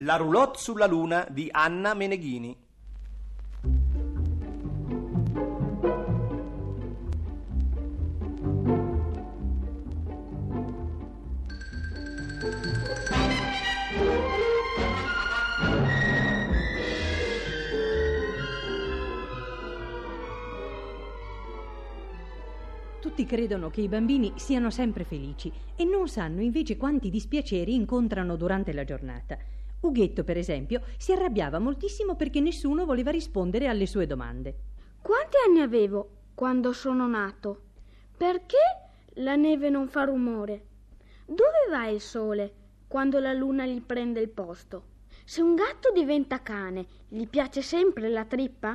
La roulotte sulla luna di Anna Meneghini. Tutti credono che i bambini siano sempre felici e non sanno invece quanti dispiaceri incontrano durante la giornata. Ughetto, per esempio, si arrabbiava moltissimo perché nessuno voleva rispondere alle sue domande. Quanti anni avevo quando sono nato? Perché la neve non fa rumore? Dove va il sole quando la luna gli prende il posto? Se un gatto diventa cane, gli piace sempre la trippa?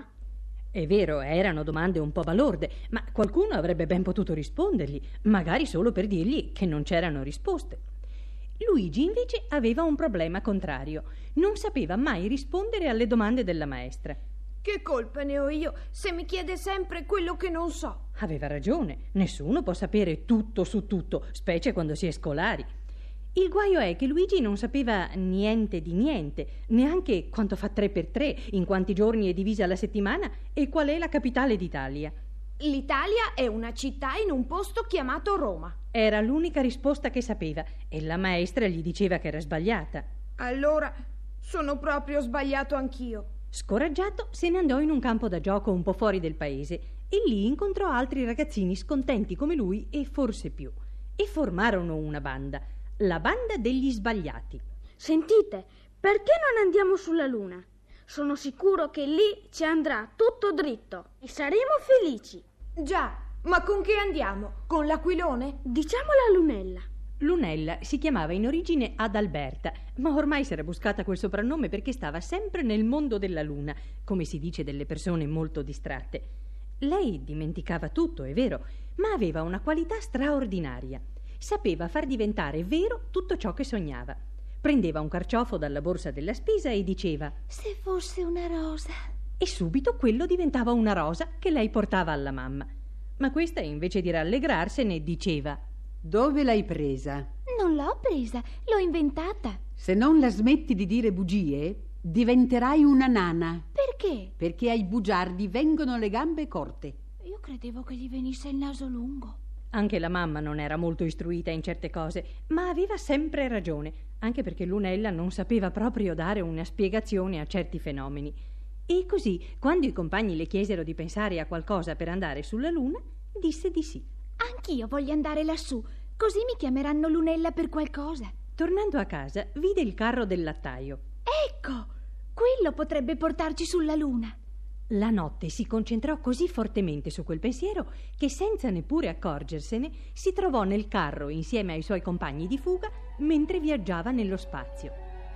È vero, erano domande un po' balorde, ma qualcuno avrebbe ben potuto rispondergli, magari solo per dirgli che non c'erano risposte. Luigi invece aveva un problema contrario. Non sapeva mai rispondere alle domande della maestra. Che colpa ne ho io se mi chiede sempre quello che non so? Aveva ragione, nessuno può sapere tutto su tutto, specie quando si è scolari. Il guaio è che Luigi non sapeva niente di niente, neanche quanto fa 3 per 3, in quanti giorni è divisa la settimana e qual è la capitale d'Italia. L'Italia è una città in un posto chiamato Roma. Era l'unica risposta che sapeva e la maestra gli diceva che era sbagliata. Allora sono proprio sbagliato anch'io. Scoraggiato, se ne andò in un campo da gioco un po' fuori del paese e lì incontrò altri ragazzini scontenti come lui e forse più. E formarono una banda, la banda degli sbagliati. Sentite, perché non andiamo sulla luna? Sono sicuro che lì ci andrà tutto dritto e saremo felici. Già, ma con che andiamo? Con l'aquilone? Diciamo la lunella. Lunella si chiamava in origine Adalberta, ma ormai si era buscata quel soprannome perché stava sempre nel mondo della luna, come si dice delle persone molto distratte. Lei dimenticava tutto, è vero, ma aveva una qualità straordinaria. Sapeva far diventare vero tutto ciò che sognava. Prendeva un carciofo dalla borsa della spesa e diceva: se fosse una rosa. E subito quello diventava una rosa che lei portava alla mamma. Ma questa, invece di rallegrarsene, diceva: dove l'hai presa? Non l'ho presa, l'ho inventata. Se non la smetti di dire bugie, diventerai una nana. Perché? Perché ai bugiardi vengono le gambe corte. Io credevo che gli venisse il naso lungo. Anche la mamma non era molto istruita in certe cose, ma aveva sempre ragione, anche perché Lunella non sapeva proprio dare una spiegazione a certi fenomeni. E così, quando i compagni le chiesero di pensare a qualcosa per andare sulla luna, disse di sì. Anch'io voglio andare lassù, così mi chiameranno Lunella per qualcosa. Tornando a casa, vide il carro del lattaio. Ecco, quello potrebbe portarci sulla luna. La notte si concentrò così fortemente su quel pensiero che, senza neppure accorgersene, si trovò nel carro insieme ai suoi compagni di fuga mentre viaggiava nello spazio.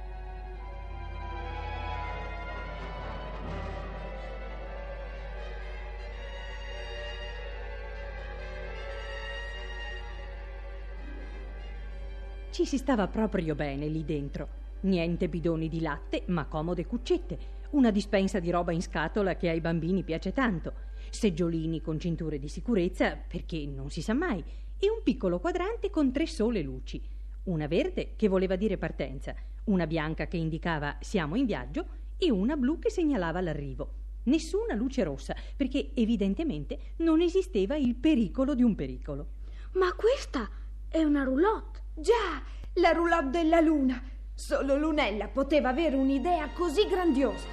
Ci si stava proprio bene lì dentro. Niente bidoni di latte, ma comode cuccette, una dispensa di roba in scatola che ai bambini piace tanto, seggiolini con cinture di sicurezza, perché non si sa mai, e un piccolo quadrante con 3 sole luci, una verde che voleva dire partenza, una bianca che indicava siamo in viaggio e una blu che segnalava l'arrivo. Nessuna luce rossa, perché evidentemente non esisteva il pericolo di un pericolo. Ma questa è una roulotte. Già, la roulotte della luna. Solo Lunella poteva avere un'idea così grandiosa.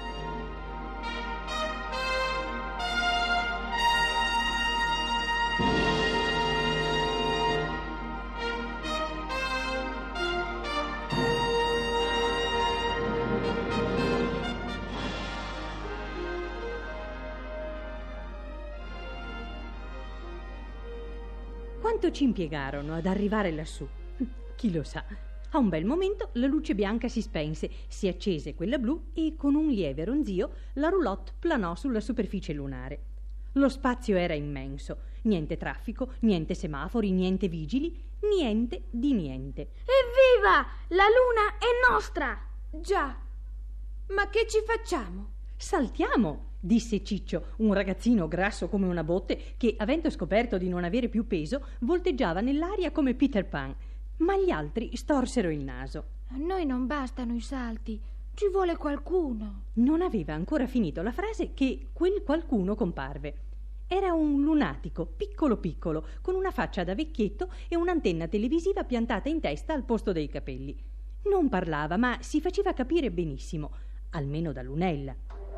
Quanto ci impiegarono ad arrivare lassù? Chi lo sa. A un bel momento la luce bianca si spense, si accese quella blu e con un lieve ronzio la roulotte planò sulla superficie lunare. Lo spazio era immenso, niente traffico, niente semafori, niente vigili, niente di niente. Evviva! La luna è nostra! Già, ma che ci facciamo? Saltiamo, disse Ciccio, un ragazzino grasso come una botte che, avendo scoperto di non avere più peso, volteggiava nell'aria come Peter Pan. Ma gli altri storsero il naso. A noi non bastano i salti, ci vuole qualcuno. Non aveva ancora finito la frase che quel qualcuno comparve. Era un lunatico, piccolo piccolo, con una faccia da vecchietto e un'antenna televisiva piantata in testa al posto dei capelli. Non parlava, ma si faceva capire benissimo, almeno da Lunella.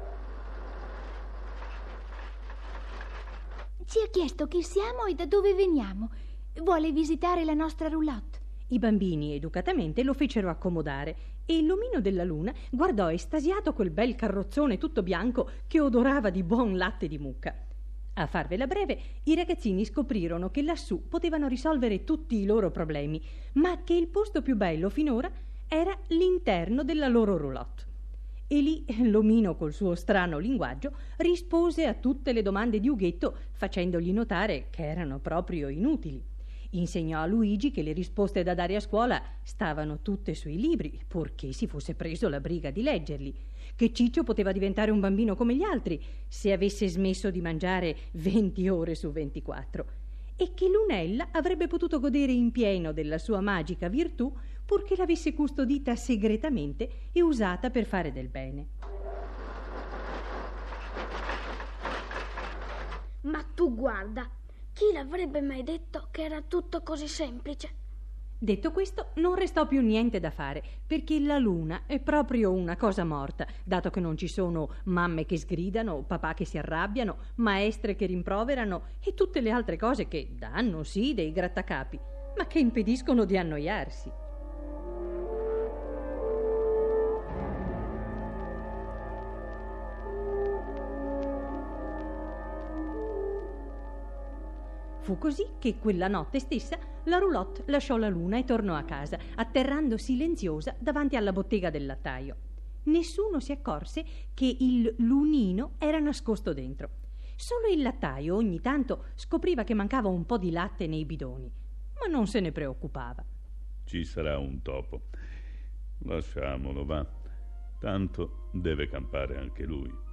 Ci ha chiesto chi siamo e da dove veniamo. Vuole visitare la nostra roulotte. I bambini educatamente lo fecero accomodare e l'omino della luna guardò estasiato quel bel carrozzone tutto bianco che odorava di buon latte di mucca. A farvela breve, i ragazzini scoprirono che lassù potevano risolvere tutti i loro problemi, ma che il posto più bello finora era l'interno della loro roulotte. E lì l'omino col suo strano linguaggio rispose a tutte le domande di Ughetto, facendogli notare che erano proprio inutili. Insegnò a Luigi che le risposte da dare a scuola stavano tutte sui libri, purché si fosse preso la briga di leggerli, che Ciccio poteva diventare un bambino come gli altri se avesse smesso di mangiare 20 ore su 24, e che Lunella avrebbe potuto godere in pieno della sua magica virtù purché l'avesse custodita segretamente e usata per fare del bene. Ma tu guarda, chi l'avrebbe mai detto che era tutto così semplice? Detto questo, non restò più niente da fare, perché la luna è proprio una cosa morta, dato che non ci sono mamme che sgridano, papà che si arrabbiano, maestre che rimproverano e tutte le altre cose che danno, sì, dei grattacapi, ma che impediscono di annoiarsi. Fu così che quella notte stessa la roulotte lasciò la luna e tornò a casa, atterrando silenziosa davanti alla bottega del lattaio. Nessuno si accorse che il lunino era nascosto dentro. Solo il lattaio ogni tanto scopriva che mancava un po' di latte nei bidoni, ma non se ne preoccupava. Ci sarà un topo. Lasciamolo, va. Tanto deve campare anche lui.